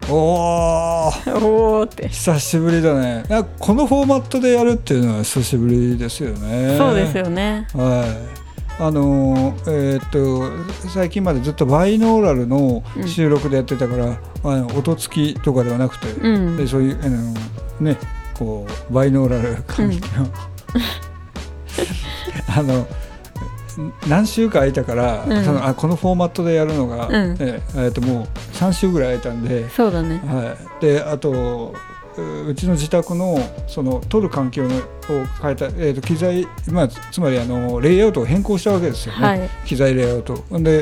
おーって久しぶりだね。このフォーマットでやるっていうのは久しぶりですよね。 そうですよね。 はい。最近までずっとバイノーラルの収録でやってたから、音付きとかではなくて、でそういうね、こうバイノーラル環境、何週か空いたから、このフォーマットでやるのが、もう3週ぐらい空いたんで、 そうだね。 はい、であとうちの自宅のその撮る環境を変えた、機材、つまりレイアウトを変更したわけですよね、はい、機材レイアウトで、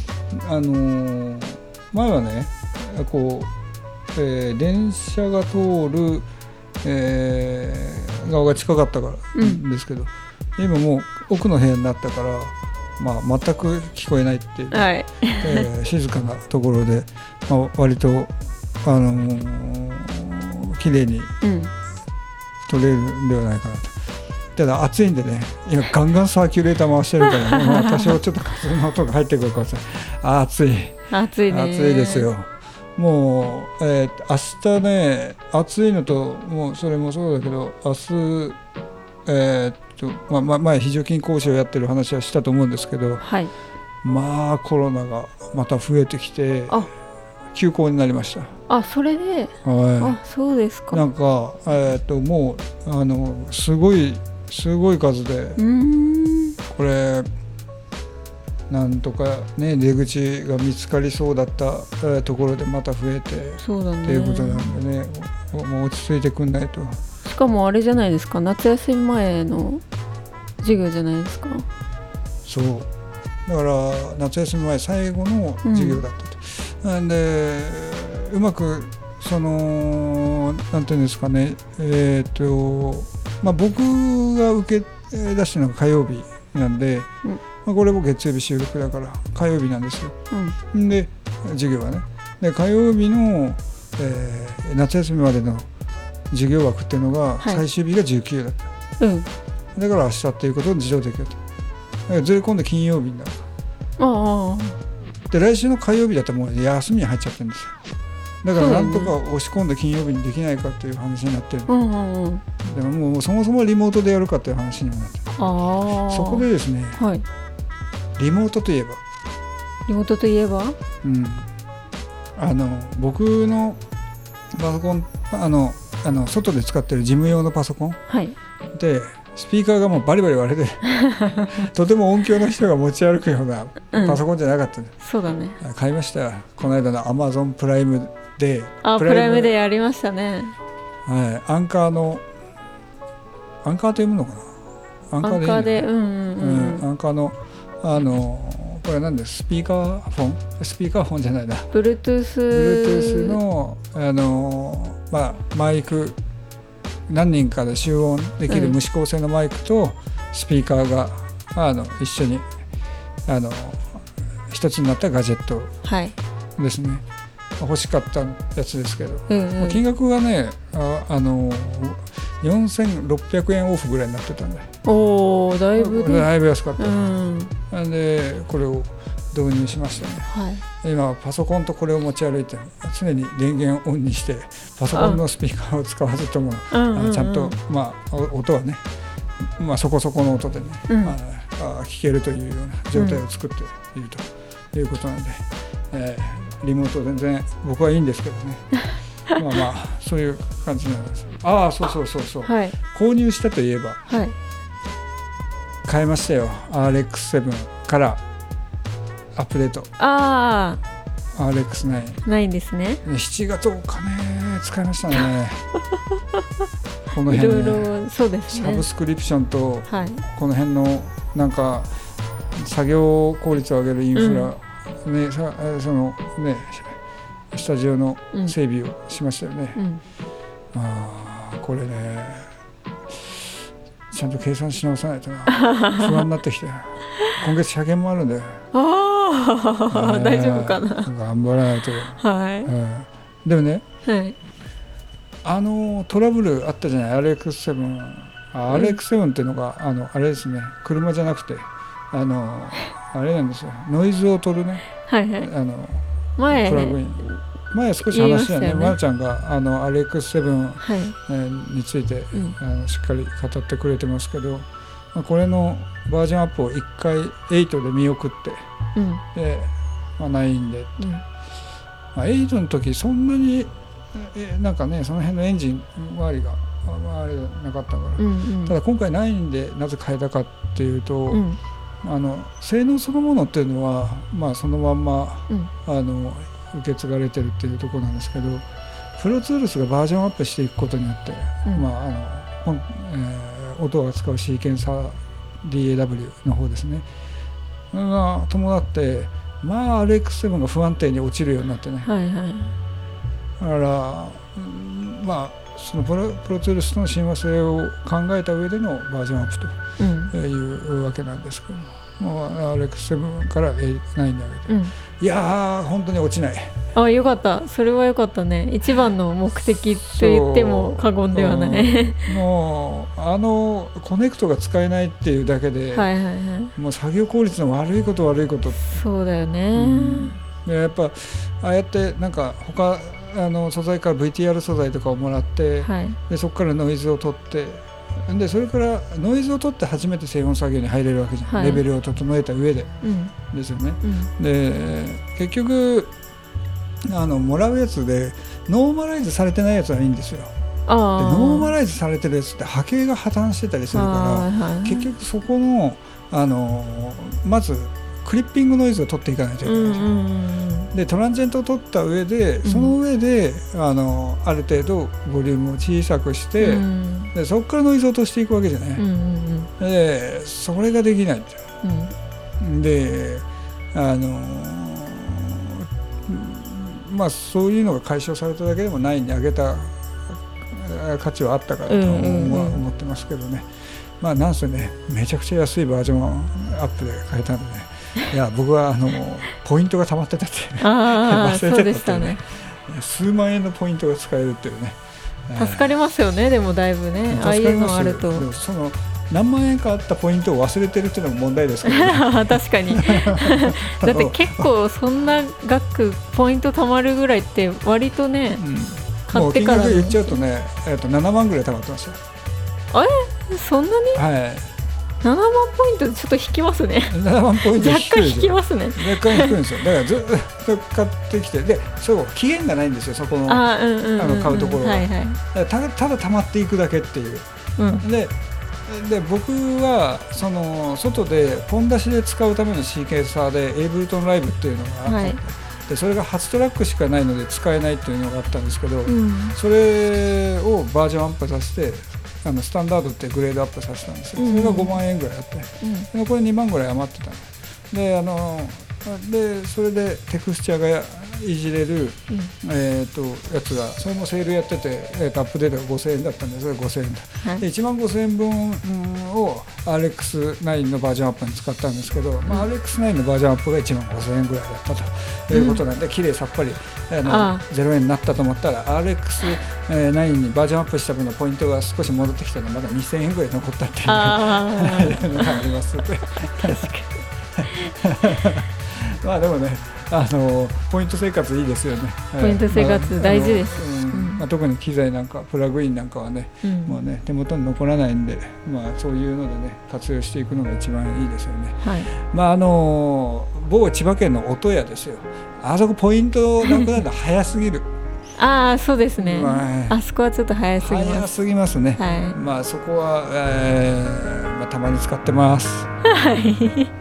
前はねこう、電車が通る、側が近かったからですけど、今もう奥の部屋になったから、全く聞こえないっていう、はい静かなところで、割と綺麗に撮れるんではないかなと。ただ暑いんでね、今ガンガンサーキュレーター回してるから多少ちょっと風の音が入ってくるかもしれない。暑いね。暑いですよ。もう、明日ね暑いのと、もうそれもそうだけど、明日前非常勤講師をやってる話はしたと思うんですけど、はい、コロナがまた増えてきて休校になりました。 それで、はい、そうですか。 なんか、もうすごい数で、これなんとかね出口が見つかりそうだった、ところでまた増えて、 そうだね、 っていうことなんでね、もう落ち着いてくんないと。 しかもあれじゃないですか、夏休み前の授業じゃないですか。 そうだから夏休み前最後の授業だったと、なんでうまくなんていうんですかね、僕が受け出したのが火曜日なんで、これも月曜日収録だから火曜日なんですよ、で授業はね、で火曜日の、夏休みまでの授業枠っていうのが、最終日が19だった、だから明日っていうことを自動的だった。だからずれ込んで金曜日になる。で来週の火曜日だったらもう休みに入っちゃってるんですよ。だからなんとか押し込んで金曜日にできないかっていう話になってる、でももうそもそもリモートでやるかっていう話にもなってる。そこでですね、はい、リモートといえば僕のパソコン、外で使ってる事務用のパソコン、はい、でスピーカーがもうバリバリ割れてとても音響の人が持ち歩くようなパソコンじゃなかったんで、 そうだね、 買いましたよ、この間の Amazon プライムで。 プライムでやりましたね。 はい、アンカーと読むのかな、アンカーで、アンカーのこれなんです、スピーカーフォンじゃないな、Bluetooth のマイク、何人かで集音できる無指向性のマイクとスピーカーが一緒に一つになったガジェットですね、欲しかったやつですけど、金額がね4600円オフぐらいになってたんで、だいぶ安かった、なんでこれを導入しましたね、今パソコンとこれを持ち歩いて常に電源をオンにしてパソコンのスピーカーを使わずともちゃんと、音はね、そこそこの音でね、聞けるというような状態を作っているということなので、リモート全然僕はいいんですけどねそういう感じなんです。そう、購入したといえば、買いましたよ、 RX7 からアップデート。RX9 ないんですね。 7月かね、使いましたねこの辺ね、 いろいろそうですね、 サブスクリプションと、この辺のなんか作業効率を上げるインフラ、スタジオの整備をしましたよね、これねちゃんと計算し直さないとな不安になってきて今月車検もあるんで大丈夫かな、 頑張らないと、でもね、トラブルあったじゃない、RX7 っていうのがあれですね、車じゃなくてあれなんですよ、ノイズを取るね、プラグイン前少し話したよね、 言いましたよねまるちゃんがRX7、 はいについて、 うんしっかり語ってくれてますけど、これのバージョンアップを1回8で見送って、 うんで、9で、 うん 8の時そんなになんかねその辺のエンジン周りがあれなかったから、 うんうん、 ただ今回9でなぜ変えたかっていうと、 うん性能そのものっていうのは、そのまんま、 うん受け継がれてるっていうところなんですけど、プロツールスがバージョンアップしていくことによって、音が使うシーケンサー DAW の方ですねが伴って、RX7 が不安定に落ちるようになってね、 はいはい、 だからそのプロツールスとの親和性を考えた上でのバージョンアップというわけなんですけども、RX7 から9に上げて、いやー本当に落ちない。 よかった、それはよかったね。一番の目的と言っても過言ではない。 もうコネクトが使えないっていうだけで、 はいはいはい、 もう作業効率の悪いこと。 そうだよね、 でやっぱああやってなんか他素材から VTR 素材とかをもらって、でそこからノイズを取って、でそれからノイズを取って初めて静音作業に入れるわけじゃん、レベルを整えた上で、ですよね、で結局もらうやつでノーマライズされてないやつはいいんですよ。でノーマライズされてるやつって波形が破綻してたりするから、結局そこのまずクリッピングノイズを取っていかないといけない、でトランジェントを取った上で、その上である程度ボリュームを小さくして、でそこからノイズを落としていくわけじゃない、でそれができないんですよ、でそういうのが解消されただけでも9に上げた価値はあったからと思ってますけどね、なんせねめちゃくちゃ安いバージョンアップで買えたんでね、いや僕はポイントが溜まってたって忘れてたってね、数万円のポイントが使えるっていうね、 助かりますよね。でもだいぶね、ああいうのあるとその何万円かあったポイントを忘れてるっていうのも問題ですけど、ね、 確かにだって結構そんな額ポイント貯まるぐらいって割とね、買ってからもう金額言っちゃうとね、7万ぐらい貯まってました。 そんなに、7万ポイントちょっと引きますね。 7万ポイント若干引きますね。 若干引くんですよ。だからずっと買ってきて、で期限がないんですよ、そこの買うところが、ただ溜まっていくだけっていう、で僕はその外でポン出しで使うためのシーケンサーでエイブルトンライブっていうのがあって、でそれが8トラックしかないので使えないっていうのがあったんですけど、それをバージョンアップさせてスタンダードってグレードアップさせたんですよ。それが5万円ぐらいあって、これ2万ぐらい余ってたでそれでテクスチャーがいじれる、やつがそれもセールやってて、アップデートが5000円だったんで、それ5000円だ、で1万5000円分を RX9 のバージョンアップに使ったんですけど、RX9 のバージョンアップが1万5000円ぐらいだったということなんで、綺麗さっぱり0円になったと思ったら RX9 にバージョンアップした分のポイントが少し戻ってきたので、まだ2000円ぐらい残ったっていうのがありますのででもね、ポイント生活いいですよね。 ポイント生活大事です。 特に機材なんかプラグインなんかはね、もうね手元に残らないんで、そういうのでね活用していくのが一番いいですよね。某千葉県の音屋ですよ。あそこポイントなくなるの早すぎる。 そうですね、あそこはちょっと早すぎます。 早すぎますね。そこは、たまに使ってます。